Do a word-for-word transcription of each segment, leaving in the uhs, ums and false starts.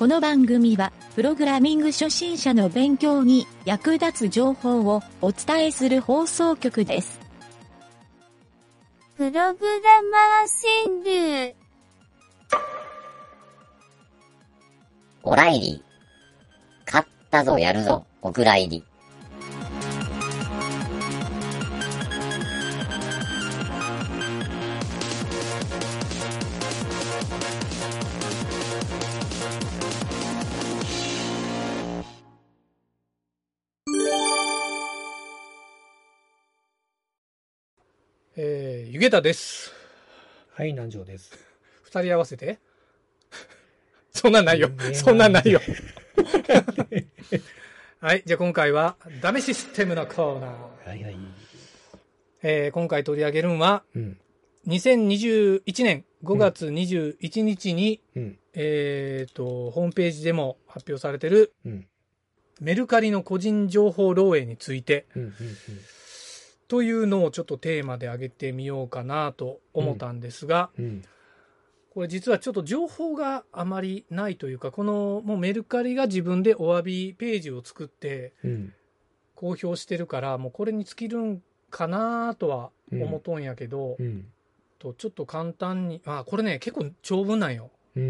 の番組は、プログラミング初心者の勉強に役立つ情報をお伝えする放送局です。 プログラマー川柳。 おらいり。勝ったぞやるぞ、お蔵入り。 えー、ゆげたです。 はい、南條です。 二人合わせてそんなんないよ。そんなんないよ。はい、じゃあ今回はダメシステムのコーナー。 はいはい。 えー、今回取り上げるのは、うん、にせんにじゅういちねんごがつにじゅういちにちに、うん、えーと、ホームページでも発表されている、うん、メルカリの個人情報漏洩について、うんうんうん、というのをちょっとテーマで挙げてみようかなと思ったんですが、うんうん、これ実はちょっと情報があまりないというか、このもうメルカリが自分でお詫びページを作って公表してるから、もうこれに尽きるんかなとは思っとんやけど、うんうん、とちょっと簡単に、あ、これね結構長文なんよ。うん、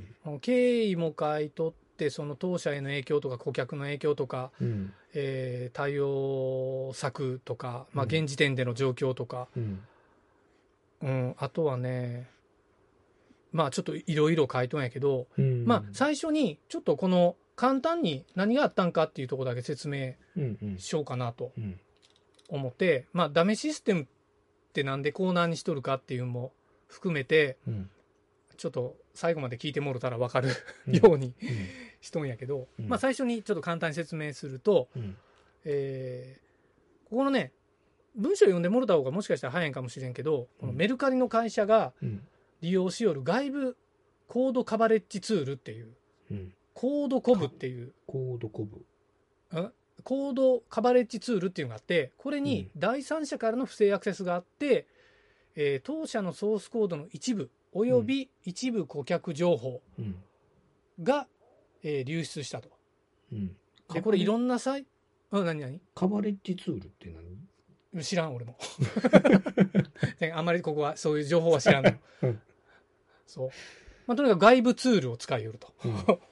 経緯も書いとって、その当社への影響とか顧客の影響とか、うん、えー、対応策とか、まあ、現時点での状況とか、うんうん、あとはね、まあちょっといろいろ書いとんやけど、うん、まあ最初にちょっとこの簡単に何があったんかっていうところだけ説明しようかなと思って、うんうん、まあダメシステムってなんでコーナーにしとるかっていうのも含めて、うん、ちょっと最後まで聞いてもろたら分かるように、うんうん、しとんやけど、うん、まあ最初にちょっと簡単に説明すると、うん、えー、ここのね文章読んでもろた方がもしかしたら早いんかもしれんけど、このメルカリの会社が利用しよる外部コードカバレッジツールっていう、うん、コードコブっていうコードコブコードカバレッジツールっていうのがあって、これに第三者からの不正アクセスがあって、うん、えー、当社のソースコードの一部および一部顧客情報が、うん、えー、流出したと、うん、でこれいろんなサイト、うん、何何カバレッジツールって何？ 知らん俺もあんまりここはそういう情報は知らんの、うん、そう、まあ、とにかく外部ツールを使いよると、うん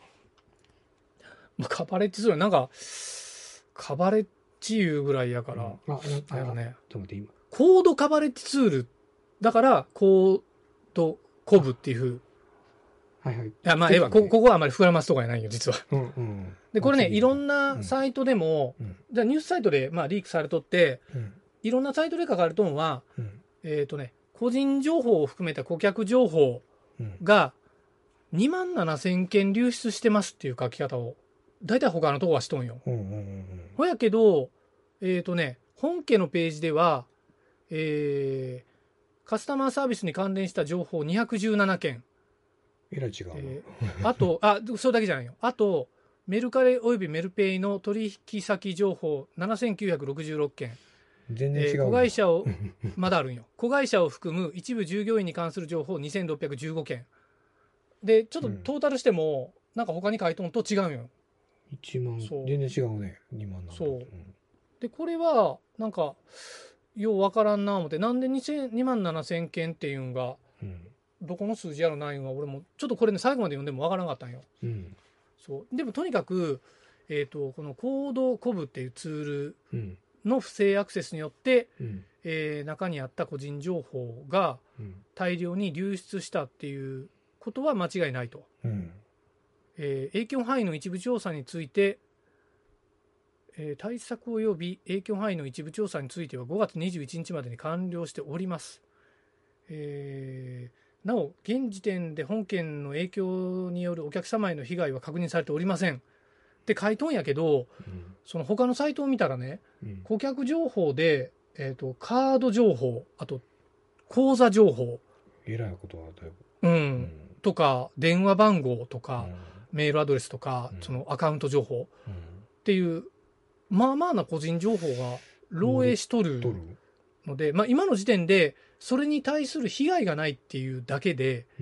まあ、カバレッジツールなんかカバレッジいうぐらいやから、うん、ああやね、 ちょっと待って今コードカバレッジツールだからコードコブっていう、はいはい、いやまあええわ、こここはあまり膨らますとかやないよ実は、うんうん、でこれねいろんなサイトでも、うん、じゃあニュースサイトでまあリークされとって、うん、いろんなサイトで書かれとんは、うん、えっとね個人情報を含めた顧客情報がにまんななせんけん流出してますっていう書き方を大体他のとこはしとんよ。うんうんうん、ほやけどえっとね本家のページでは、えーカスタマーサービスに関連した情報にひゃくじゅうななけん。 えらい違うな。 えー、あと、あ、それだけじゃないよ。あと、メルカリおよびメルペイの取引先情報ななせんきゅうひゃくろくじゅうろっけん。 全然違う、えー。 子会社を、まだあるんよ。子会社を含む一部従業員に関する情報にせんろっぴゃくじゅうごけん。で、ちょっとトータルしても、うん、なんか他に書いとんと違うんよ。 いちまん、全然違うね。にまんなんだ。 そう。うん、で、これは、なんか、ようわからんな思って、なんでにまんななせんけんっていうんが、うん、どこの数字やろないんは俺もちょっとこれね最後まで読んでもわからなかったんよ、うん、そうでもとにかく、えーと、このコードコブっていうツールの不正アクセスによって、うんえー、中にあった個人情報が大量に流出したっていうことは間違いないと、うんえー、影響範囲の一部調査についてえー、対策及び影響範囲の一部調査についてはごがつにじゅういちにちまでに完了しております、えー、なお現時点で本件の影響によるお客様への被害は確認されておりませんって書いとんやけど、うん、その他のサイトを見たらね、うん、顧客情報で、えーと、カード情報あと口座情報えらいことはだいぶ、うんうん、とか電話番号とか、うん、メールアドレスとか、うん、そのアカウント情報、うん、っていうまあまあな個人情報が漏洩しとるので、まあ、今の時点でそれに対する被害がないっていうだけで、うん、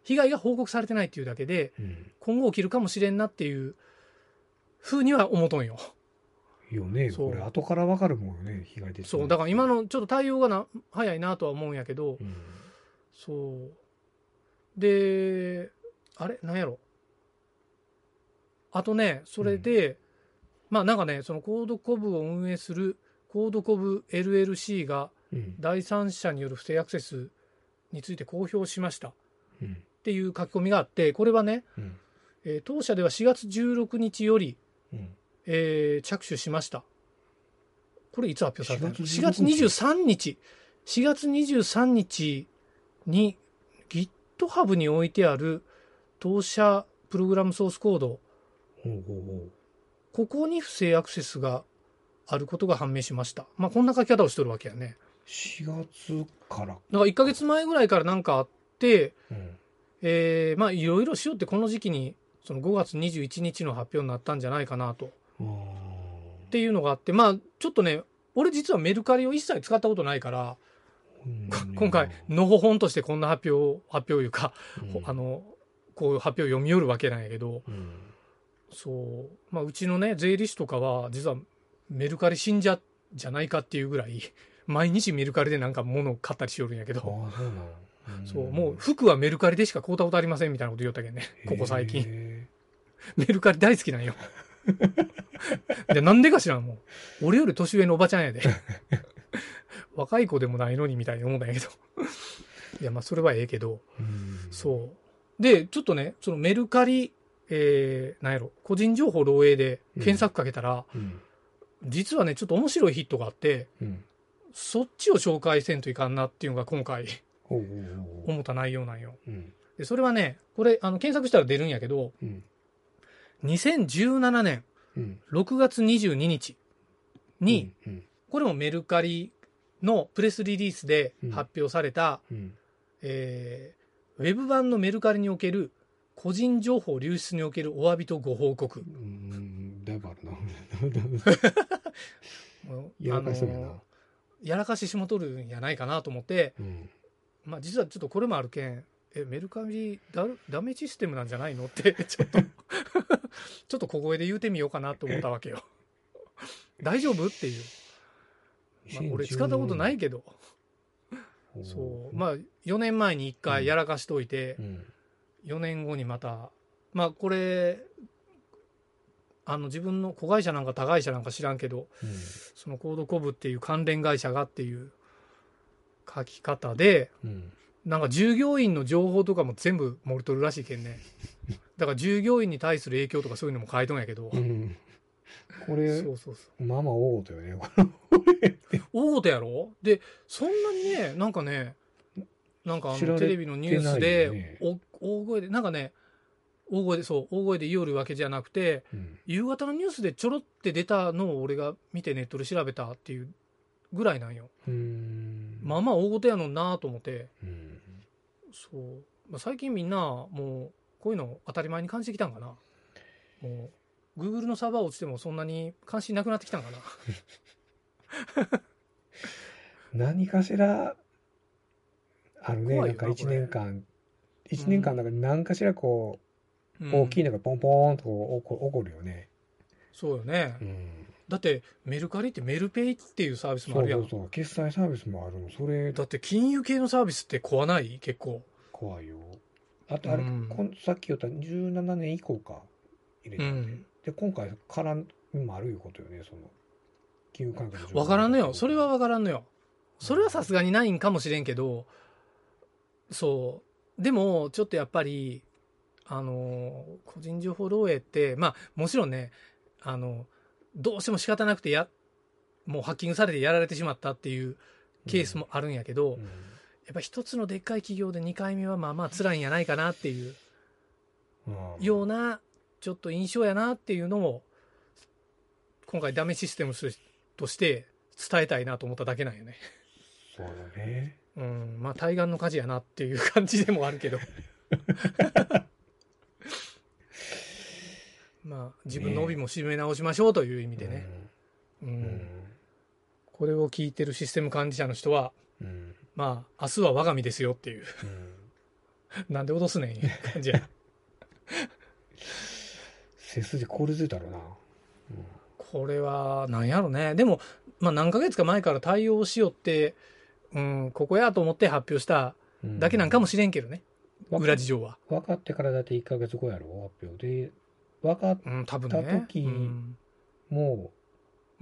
被害が報告されてないっていうだけで、うん、今後起きるかもしれんなっていうふうには思うとんよ。 よね、これ後から分かるもんよね、被害です、ね。 そう、だから今のちょっと対応がな早いなとは思うんやけど、うん、そう。で、あれなんやろ。あとね、それで、うん、まあなんかね、そのコードコブを運営するコードコブ エルエルシー が第三者による不正アクセスについて公表しました。うん、っていう書き込みがあって、これはね、うんえー、当社ではしがつじゅうろくにちより、うんえー、着手しました。これいつ発表されたの？ しがつにじゅうさんにち。しがつにじゅうさんにちに GitHub に置いてある当社プログラムソースコード、ほうほうほうここに不正アクセスがあることが判明しました。まあこんな書き方をしとるわけやね。 しがつから。だからいっかげつまえぐらいからなんかあって、うんえー、まあいろいろしようってこの時期にそのごがつにじゅういちにちの発表になったんじゃないかなとっていうのがあって、まあちょっとね俺実はメルカリを一切使ったことないから、うん、今回のほほんとしてこんな発表発表いうか、うん、あのこういう発表を読み寄るわけなんやけど、うん、そうまあうちのね税理士とかは実はメルカリ信者じゃないかっていうぐらい毎日メルカリでなんか物を買ったりしよるんやけど、ああそうなのそうもう服はメルカリでしか買うたことありませんみたいなこと言ったけんねここ最近メルカリ大好きなんよでなんでか知らんもう俺より年上のおばちゃんやで若い子でもないのにみたいに思うんだけどいやまあそれはええけどそうでちょっとねそのメルカリ、えー、なんやろ個人情報漏洩で検索かけたら、うんうん、実はねちょっと面白いヒットがあって、うん、そっちを紹介せんといかんなっていうのが今回思った内容なんよ、うん、でそれはねこれあの検索したら出るんやけど、うん、にせんじゅうななねんろくがつにじゅうににちに、うんうん、これもメルカリのプレスリリースで発表された、うんえー、ウェブ版のメルカリにおける個人情報流出におけるお詫びとご報告。うんだからなやらかしそうやなやらかししもとるんやないかなと思って、うんまあ、実はちょっとこれもあるけんえメルカリダダメシステムなんじゃないのってちょっとちょっと小声で言うてみようかなと思ったわけよ大丈夫っていう、まあ、俺使ったことないけどそうまあよねんまえにいっかいやらかしといて、うん、よねんごにまたまあこれあの自分の子会社なんか他会社なんか知らんけど、うん、そのコードコブっていう関連会社がっていう書き方で、うん、なんか従業員の情報とかも全部盛り取るらしいけんねだから従業員に対する影響とかそういうのも書いとんやけど、うん、 これそうそうそうまあまあ大事よね大事やろでそんなにねなんかねなんかあのテレビのニュースで、ね、大声でなんかね大声でそう大声で言いよるわけじゃなくて、うん、夕方のニュースでちょろって出たのを俺が見てネットで調べたっていうぐらいなんよ。うーんまあまあ大事やのんなと思って、うんそう、まあ、最近みんなもうこういうの当たり前に感じてきたんかな。もう Google のサーバー落ちてもそんなに関心なくなってきたんかな何かしらあるね。なんかいちねんかんいちねんかんだから何かしらこう、うん、大きいのがポンポーンと起こ、起こるよね。 そうよね、うん、だってメルカリってメルペイっていうサービスもあるやん。 そうそうそう決済サービスもあるの。それだって金融系のサービスって怖ない？結構怖いよ。あとあれ、うん、さっき言ったじゅうななねん以降か入れたんで、うん、で今回からもあるいうことよね。その金融関係の分からんのよ。それは分からんのよ。それはさすがにないんかもしれんけど、そうでもちょっとやっぱりあの個人情報漏洩ってまあもちろんねあのどうしても仕方なくてやもうハッキングされてやられてしまったっていうケースもあるんやけど、うんうん、やっぱ一つのでっかい企業でにかいめはまあまあ辛いんやないかなっていうようなちょっと印象やなっていうのも今回ダメシステムとして伝えたいなと思っただけなんよね。 そうだね。 うん、まあ対岸の火事やなっていう感じでもあるけどまあ自分の帯も締め直しましょうという意味でね、うんうん、これを聞いてるシステム管理者の人は、うん、まあ明日は我が身ですよっていう、 なんで脅すねん、いう感じや。 背筋凍りついたろうな。うん、 これは、なんやろね。でも、まあ何ヶ月か前から対応しよって、うん、ここやと思って発表しただけなんかもしれんけどね。うん、裏事情は。 分かってからだっていっかげつごやろ、発表で。分かった時も、うん、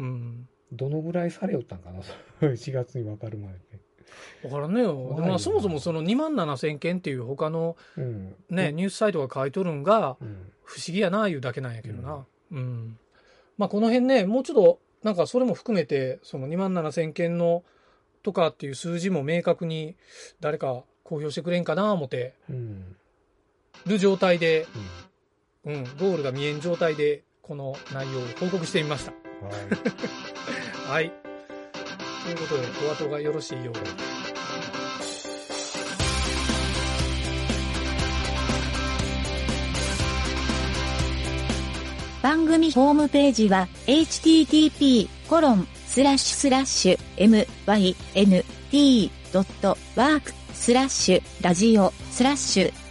どのぐらいされよったんかな、しがつに分かるまでね。 分からんねよ。でもそもそもそのにまんななせんけんっていう他の、うんね、ニュースサイトが書いとるんが、不思議やな、いうだけなんやけどな。うんうん、まあこの辺ね、もうちょっと、なんかそれも含めて、そのにまんななせんけんのとかっていう数字も明確に誰か公表してくれんかな思ってる状態で、うん、うん、ゴールが見えん状態でこの内容を報告してみました。はい。はい。ということで、お後がよろしいようで。 番組ホームページは エイチティーティーピーコロンスラッシュスラッシュエムワイエヌティードットワークスラッシュラジオスラッシュ